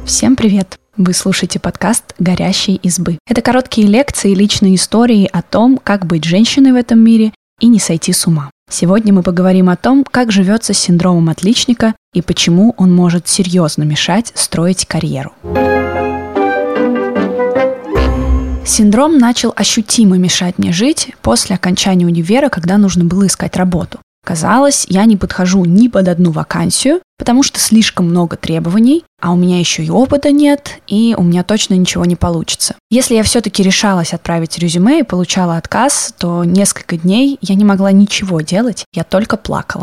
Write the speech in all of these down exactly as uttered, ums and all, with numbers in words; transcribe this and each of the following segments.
Всем привет! Вы слушаете подкаст «Горящие избы». Это короткие лекции и личные истории о том, как быть женщиной в этом мире и не сойти с ума. Сегодня мы поговорим о том, как живется с синдромом отличника и почему он может серьезно мешать строить карьеру. Синдром начал ощутимо мешать мне жить после окончания универа, когда нужно было искать работу. Казалось, я не подхожу ни под одну вакансию, потому что слишком много требований, а у меня еще и опыта нет, и у меня точно ничего не получится. Если я все-таки решалась отправить резюме и получала отказ, то несколько дней я не могла ничего делать, я только плакала.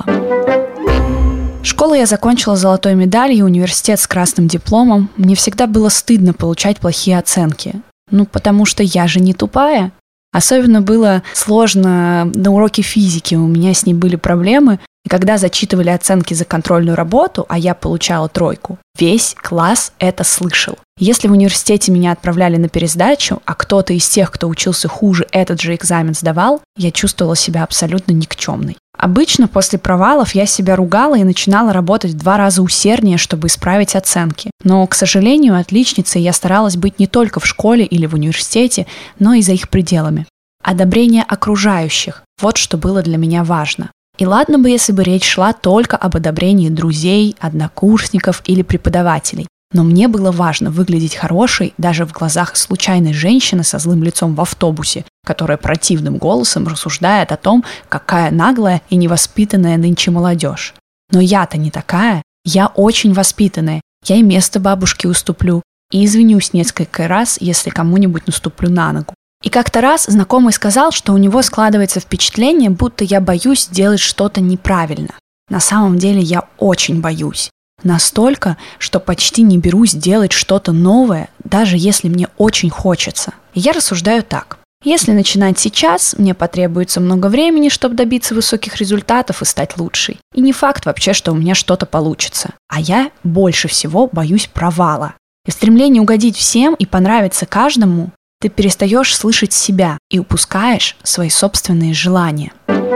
Школу я закончила с золотой медалью, университет с красным дипломом. Мне всегда было стыдно получать плохие оценки. Ну, потому что я же не тупая. Особенно было сложно на уроке физики, у меня с ней были проблемы. И когда зачитывали оценки за контрольную работу, а я получала тройку, весь класс это слышал. Если в университете меня отправляли на пересдачу, а кто-то из тех, кто учился хуже, этот же экзамен сдавал, я чувствовала себя абсолютно никчемной. Обычно после провалов я себя ругала и начинала работать в два раза усерднее, чтобы исправить оценки. Но, к сожалению, отличницей я старалась быть не только в школе или в университете, но и за их пределами. Одобрение окружающих – вот что было для меня важно. И ладно бы, если бы речь шла только об одобрении друзей, однокурсников или преподавателей. Но мне было важно выглядеть хорошей даже в глазах случайной женщины со злым лицом в автобусе, которая противным голосом рассуждает о том, какая наглая и невоспитанная нынче молодежь. Но я-то не такая, я очень воспитанная, я и место бабушке уступлю, и извинюсь несколько раз, если кому-нибудь наступлю на ногу. И как-то раз знакомый сказал, что у него складывается впечатление, будто я боюсь сделать что-то неправильно. На самом деле я очень боюсь. Настолько, что почти не берусь делать что-то новое, даже если мне очень хочется. И я рассуждаю так. Если начинать сейчас, мне потребуется много времени, чтобы добиться высоких результатов и стать лучшей. И не факт вообще, что у меня что-то получится. А я больше всего боюсь провала. И в стремлении угодить всем и понравиться каждому, ты перестаешь слышать себя и упускаешь свои собственные желания.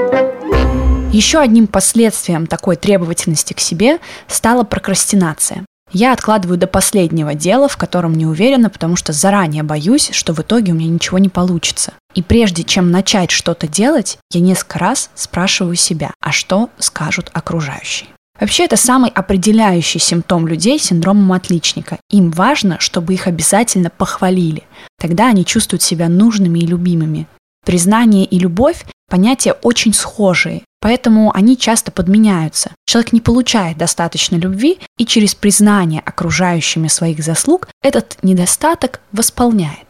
Еще одним последствием такой требовательности к себе стала прокрастинация. Я откладываю до последнего дело, в котором не уверена, потому что заранее боюсь, что в итоге у меня ничего не получится. И прежде чем начать что-то делать, я несколько раз спрашиваю себя, а что скажут окружающие? Вообще, это самый определяющий симптом людей с синдромом отличника. Им важно, чтобы их обязательно похвалили. Тогда они чувствуют себя нужными и любимыми. Признание и любовь – понятия очень схожие, поэтому они часто подменяются. Человек не получает достаточно любви, и через признание окружающими своих заслуг этот недостаток восполняет.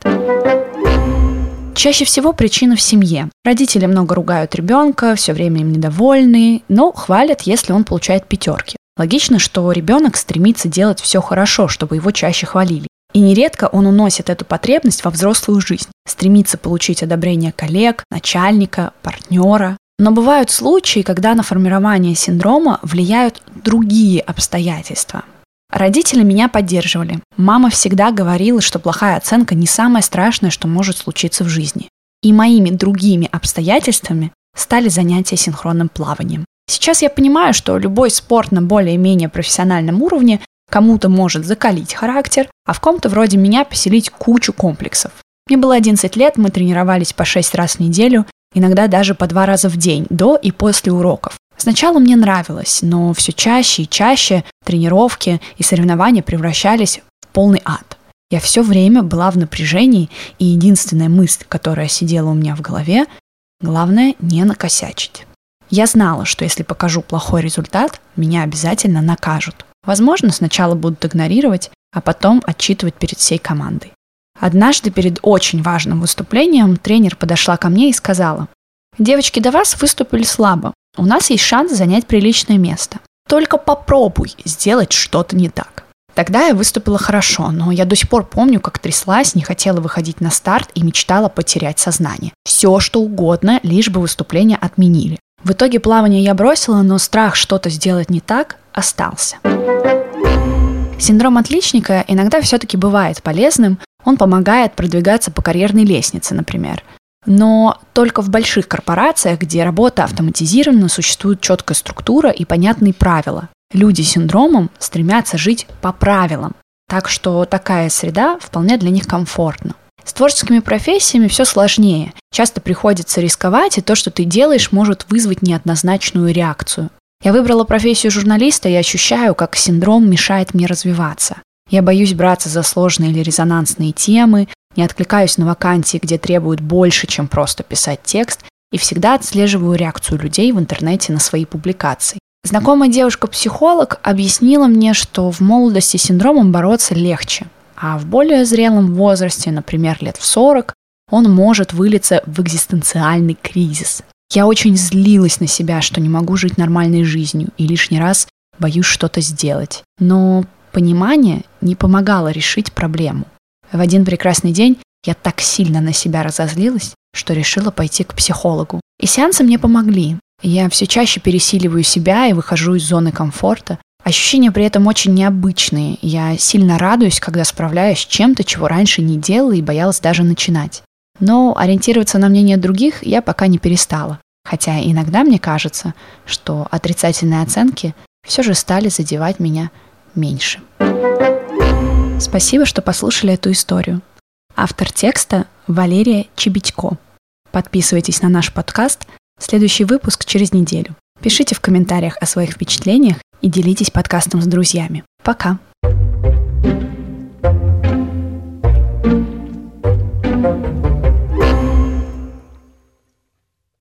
Чаще всего причина в семье. Родители много ругают ребенка, все время им недовольны, но хвалят, если он получает пятерки. Логично, что ребенок стремится делать все хорошо, чтобы его чаще хвалили. И нередко он уносит эту потребность во взрослую жизнь, стремится получить одобрение коллег, начальника, партнера. Но бывают случаи, когда на формирование синдрома влияют другие обстоятельства. Родители меня поддерживали. Мама всегда говорила, что плохая оценка не самое страшное, что может случиться в жизни. И моими другими обстоятельствами стали занятия синхронным плаванием. Сейчас я понимаю, что любой спорт на более-менее профессиональном уровне кому-то может закалить характер, а в ком-то вроде меня поселить кучу комплексов. Мне было одиннадцать лет, мы тренировались по шесть раз в неделю, иногда даже по два раза в день, до и после уроков. Сначала мне нравилось, но все чаще и чаще тренировки и соревнования превращались в полный ад. Я все время была в напряжении, и единственная мысль, которая сидела у меня в голове, главное не накосячить. Я знала, что если покажу плохой результат, меня обязательно накажут. Возможно, сначала будут игнорировать, а потом отчитывать перед всей командой. Однажды перед очень важным выступлением тренер подошла ко мне и сказала: «Девочки, до вас выступили слабо. У нас есть шанс занять приличное место. Только попробуй сделать что-то не так». Тогда я выступила хорошо, но я до сих пор помню, как тряслась, не хотела выходить на старт и мечтала потерять сознание. Все, что угодно, лишь бы выступление отменили. В итоге плавание я бросила, но страх что-то сделать не так остался. Синдром отличника иногда все-таки бывает полезным, он помогает продвигаться по карьерной лестнице, например. Но только в больших корпорациях, где работа автоматизирована, существует четкая структура и понятные правила. Люди с синдромом стремятся жить по правилам. Так что такая среда вполне для них комфортна. С творческими профессиями все сложнее. Часто приходится рисковать, и то, что ты делаешь, может вызвать неоднозначную реакцию. Я выбрала профессию журналиста и ощущаю, как синдром мешает мне развиваться. Я боюсь браться за сложные или резонансные темы, не откликаюсь на вакансии, где требуют больше, чем просто писать текст, и всегда отслеживаю реакцию людей в интернете на свои публикации. Знакомая девушка-психолог объяснила мне, что в молодости с синдромом бороться легче, а в более зрелом возрасте, например, лет в сорок, он может вылиться в экзистенциальный кризис. Я очень злилась на себя, что не могу жить нормальной жизнью и лишний раз боюсь что-то сделать. Но понимание не помогало решить проблему. В один прекрасный день я так сильно на себя разозлилась, что решила пойти к психологу. И сеансы мне помогли. Я все чаще пересиливаю себя и выхожу из зоны комфорта. Ощущения при этом очень необычные. Я сильно радуюсь, когда справляюсь с чем-то, чего раньше не делала и боялась даже начинать. Но ориентироваться на мнение других я пока не перестала. Хотя иногда мне кажется, что отрицательные оценки все же стали задевать меня меньше. Спасибо, что послушали эту историю. Автор текста – Валерия Чебедько. Подписывайтесь на наш подкаст. Следующий выпуск через неделю. Пишите в комментариях о своих впечатлениях и делитесь подкастом с друзьями. Пока!